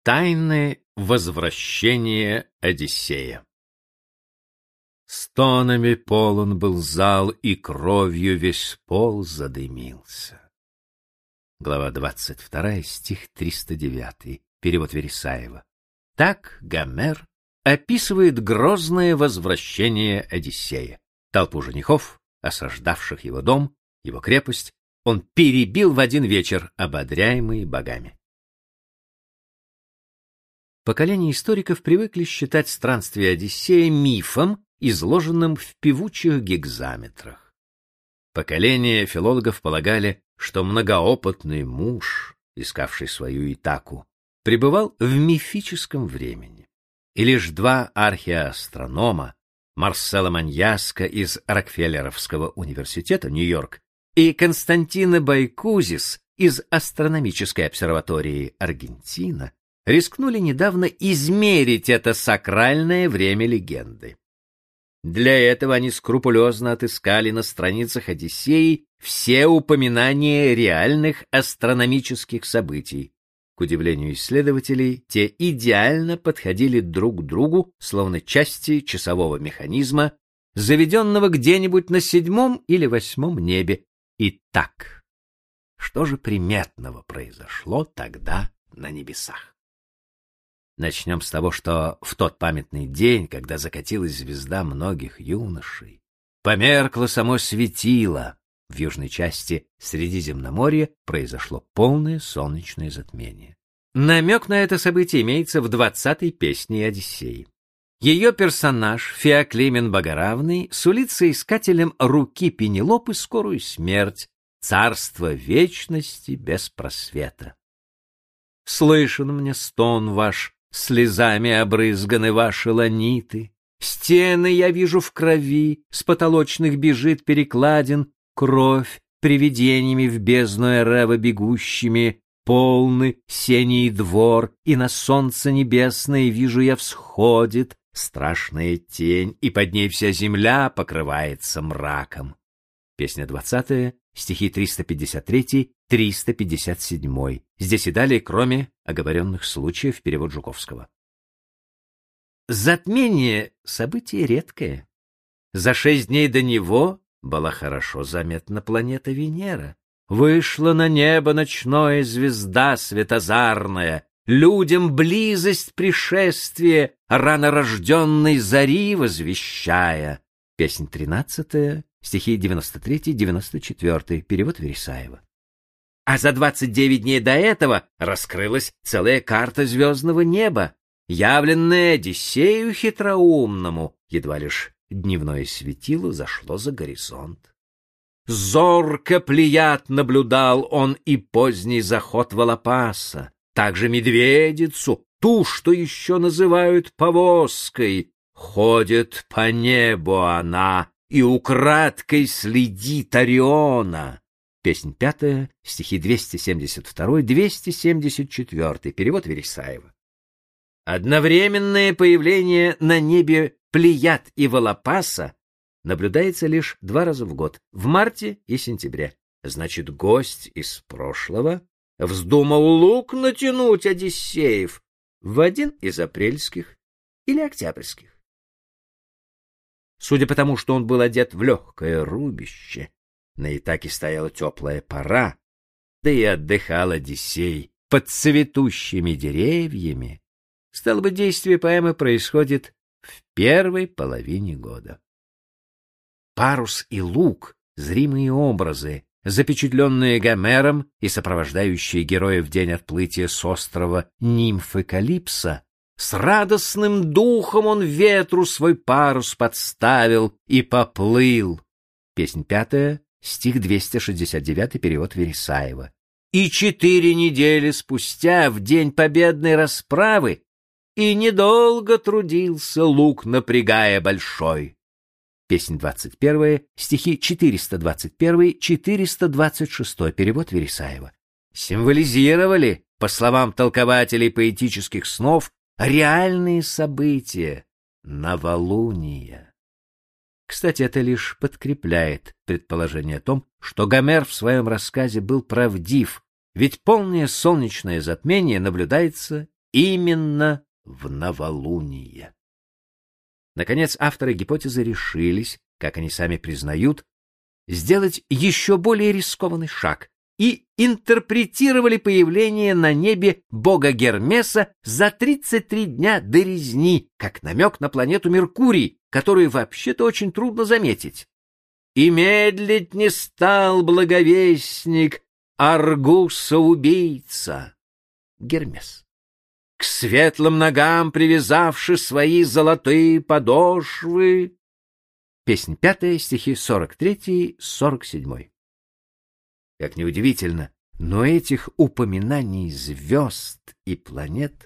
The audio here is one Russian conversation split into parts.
Тайны возвращения Одиссея. Стонами полон был зал, и кровью весь пол задымился. Глава 22, стих 309, перевод Вересаева. Так Гомер описывает грозное возвращение Одиссея. Толпу женихов, осаждавших его дом, его крепость, он перебил в один вечер, ободряемый богами. Поколения историков привыкли считать странствие Одиссея мифом, изложенным в певучих гекзаметрах. Поколения филологов полагали, что многоопытный муж, искавший свою Итаку, пребывал в мифическом времени. И лишь два археоастронома, Марсело Маньяско из Рокфеллеровского университета, Нью-Йорк, и Константино Байкузис из астрономической обсерватории Аргентина, рискнули недавно измерить это сакральное время легенды. Для этого они скрупулезно отыскали на страницах Одиссеи все упоминания реальных астрономических событий. К удивлению исследователей, те идеально подходили друг к другу, словно части часового механизма, заведенного где-нибудь на 7-м или 8-м небе. Итак, что же приметного произошло тогда на небесах? Начнем с того, что в тот памятный день, когда закатилась звезда многих юношей, померкло само светило, в южной части Средиземноморья произошло полное солнечное затмение. Намек на это событие имеется в 20-й песне Одиссеи. Ее персонаж, Феоклимен Богоравный, сулит соискателям руки Пенелопы скорую смерть, царство вечности без просвета. «Слышен мне стон ваш, слезами обрызганы ваши ланиты, стены я вижу в крови, с потолочных бежит перекладин, кровь привидениями в бездну Эрева бегущими, полны сений двор, и на солнце небесное вижу я всходит страшная тень, и под ней вся земля покрывается мраком». Песня 20, стихи 353-357. Здесь и далее, кроме оговоренных случаев, перевод Жуковского. Затмение — событие редкое. За 6 дней до него была хорошо заметна планета Венера. Вышла на небо ночное звезда светозарная, людям близость пришествия рано рожденной зари возвещая. Песнь 13, стихи 93-94, перевод Вересаева. А за 29 дней до этого раскрылась целая карта звездного неба, явленная Одиссею хитроумному, едва лишь дневное светило зашло за горизонт. Зорко Плеяд наблюдал он и поздний заход Волопаса, также медведицу, ту, что еще называют повозкой. Ходит по небу она и украдкой следит Ориона. Песнь 5, стихи 272-274, перевод Вересаева. Одновременное появление на небе Плеяд и Волопаса наблюдается лишь 2 раза в год, в марте и сентябре. Значит, гость из прошлого вздумал лук натянуть Одиссеев в один из апрельских или октябрьских. Судя по тому, что он был одет в легкое рубище, на Итаке стояла теплая пора, да и отдыхал Одиссей под цветущими деревьями. Стало быть, действие поэмы происходит в первой половине года. Парус и лук — зримые образы, запечатленные Гомером и сопровождающие героев в день отплытия с острова нимфы Калипсо. С радостным духом он ветру свой парус подставил и поплыл. Песнь 5, стих 269, перевод Вересаева. И 4 недели спустя, в день победной расправы, и недолго трудился лук, напрягая большой. Песнь 21, стихи 421-426, перевод Вересаева. Символизировали, по словам толкователей поэтических снов, реальные события новолуния. Кстати, это лишь подкрепляет предположение о том, что Гомер в своем рассказе был правдив, ведь полное солнечное затмение наблюдается именно в новолуние. Наконец, авторы гипотезы решились, как они сами признают, сделать еще более рискованный шаг и интерпретировали появление на небе бога Гермеса за 33 дня до резни, как намек на планету Меркурий, которую вообще-то очень трудно заметить. «И медлить не стал благовестник, Аргуса-убийца» Гермес. К светлым ногам привязавши свои золотые подошвы. Песнь 5, стихи 43-47. Как ни удивительно, но этих упоминаний звезд и планет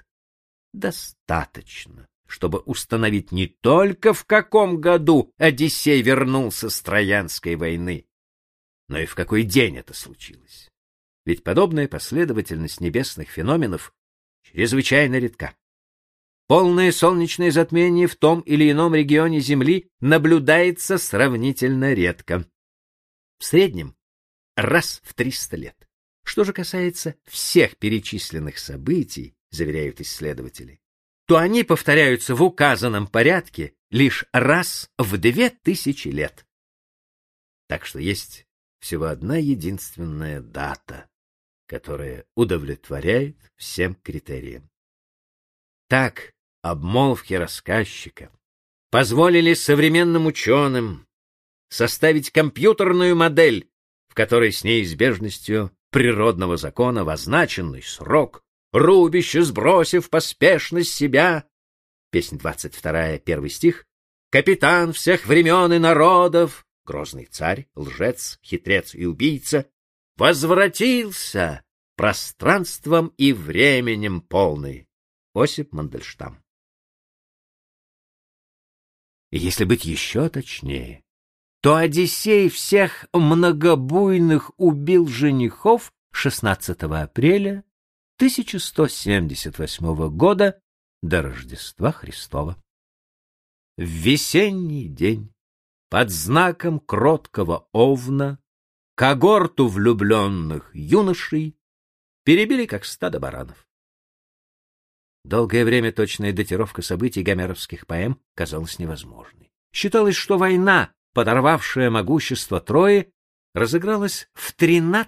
достаточно, чтобы установить не только в каком году Одиссей вернулся с Троянской войны, но и в какой день это случилось. Ведь подобная последовательность небесных феноменов чрезвычайно редка. Полное солнечное затмение в том или ином регионе Земли наблюдается сравнительно редко. В среднем раз в 300 лет. Что же касается всех перечисленных событий, заверяют исследователи, то они повторяются в указанном порядке лишь раз в 2000 лет. Так что есть всего одна единственная дата, которая удовлетворяет всем критериям. Так обмолвки рассказчика позволили современным ученым составить компьютерную модель, в которой с неизбежностью природного закона в означенный срок, рубище сбросив поспешно с себя, песнь 22, 1 стих, капитан всех времен и народов, грозный царь, лжец, хитрец и убийца, возвратился пространством и временем полный. Осип Мандельштам. Если быть еще точнее, то Одиссей всех многобуйных убил женихов 16 апреля 1178 года до Рождества Христова. В весенний день под знаком кроткого овна когорту влюбленных юношей перебили как стадо баранов. Долгое время точная датировка событий гомеровских поэм казалась невозможной. Считалось, что война, подорвавшая могущество Трои, разыгралась в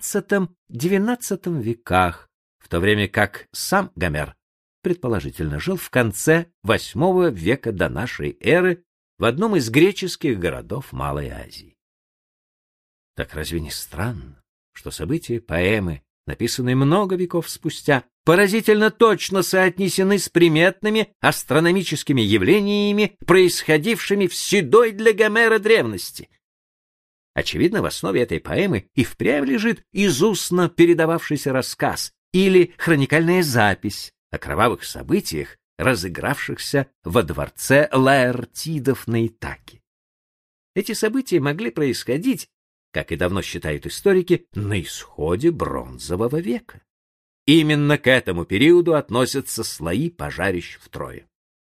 XIII-XII веках, в то время как сам Гомер предположительно жил в конце VIII века до нашей эры в одном из греческих городов Малой Азии. Так разве не странно, что события поэмы, написанные много веков спустя, поразительно точно соотнесены с приметными астрономическими явлениями, происходившими в седой для Гомера древности? Очевидно, в основе этой поэмы и впрямь лежит из устно передававшийся рассказ или хроникальная запись о кровавых событиях, разыгравшихся во дворце Лаэртидов на Итаке. Эти события могли происходить, как и давно считают историки, на исходе Бронзового века. Именно к этому периоду относятся слои пожарищ в Трое.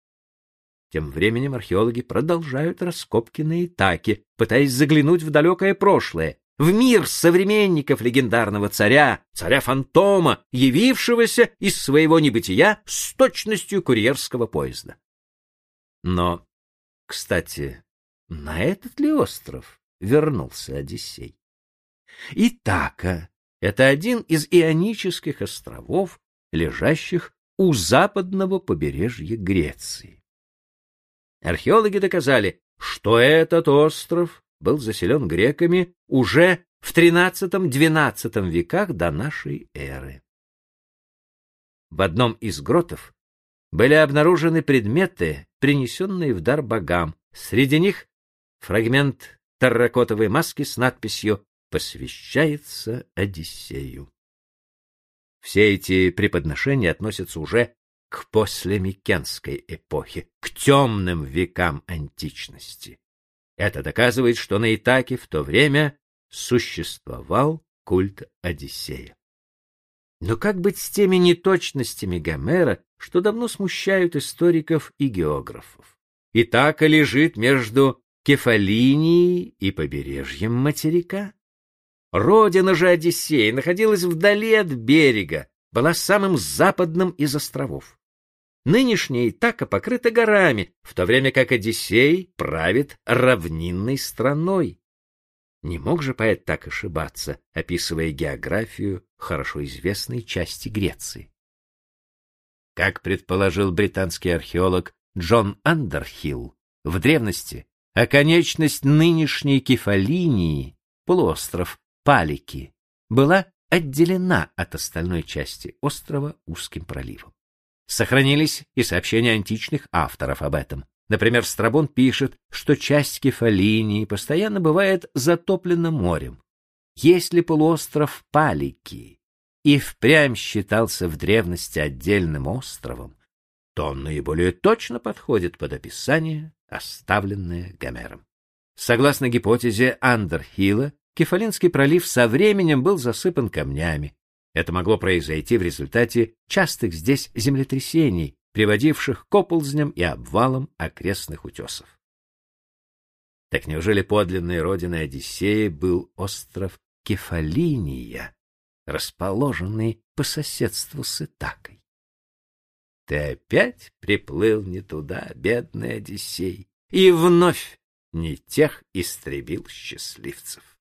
Тем временем археологи продолжают раскопки на Итаке, пытаясь заглянуть в далекое прошлое, в мир современников легендарного царя-фантома, явившегося из своего небытия с точностью курьерского поезда. Но, кстати, на этот ли остров вернулся Одиссей? Итака — это один из Ионических островов, лежащих у западного побережья Греции. Археологи доказали, что этот остров был заселен греками уже в XIII-XII веках до нашей эры. В одном из гротов были обнаружены предметы, принесенные в дар богам. Среди них фрагмент терракотовой маски с надписью «Посвящается Одиссею». Все эти преподношения относятся уже к послемикенской эпохе, к темным векам античности. Это доказывает, что на Итаке в то время существовал культ Одиссея. Но как быть с теми неточностями Гомера, что давно смущают историков и географов? Итака лежит между Кефалинией и побережьем материка. Родина же Одиссея находилась вдали от берега, была самым западным из островов. Нынешняя Итака покрыта горами, в то время как Одиссей правит равнинной страной. Не мог же поэт так ошибаться, описывая географию хорошо известной части Греции. Как предположил британский археолог Джон Андерхилл, в древности оконечность нынешней Кефалинии, полуостров Палики, была отделена от остальной части острова узким проливом. Сохранились и сообщения античных авторов об этом. Например, Страбон пишет, что часть Кефалинии постоянно бывает затоплена морем. Если полуостров Палики и впрямь считался в древности отдельным островом, то он наиболее точно подходит под описание, оставленное Гомером. Согласно гипотезе Андерхилла, Кефалинский пролив со временем был засыпан камнями. Это могло произойти в результате частых здесь землетрясений, приводивших к оползням и обвалам окрестных утесов. Так неужели подлинной родиной Одиссея был остров Кефалиния, расположенный по соседству с Итакой? Ты опять приплыл не туда, бедный Одиссей, и вновь не тех истребил счастливцев.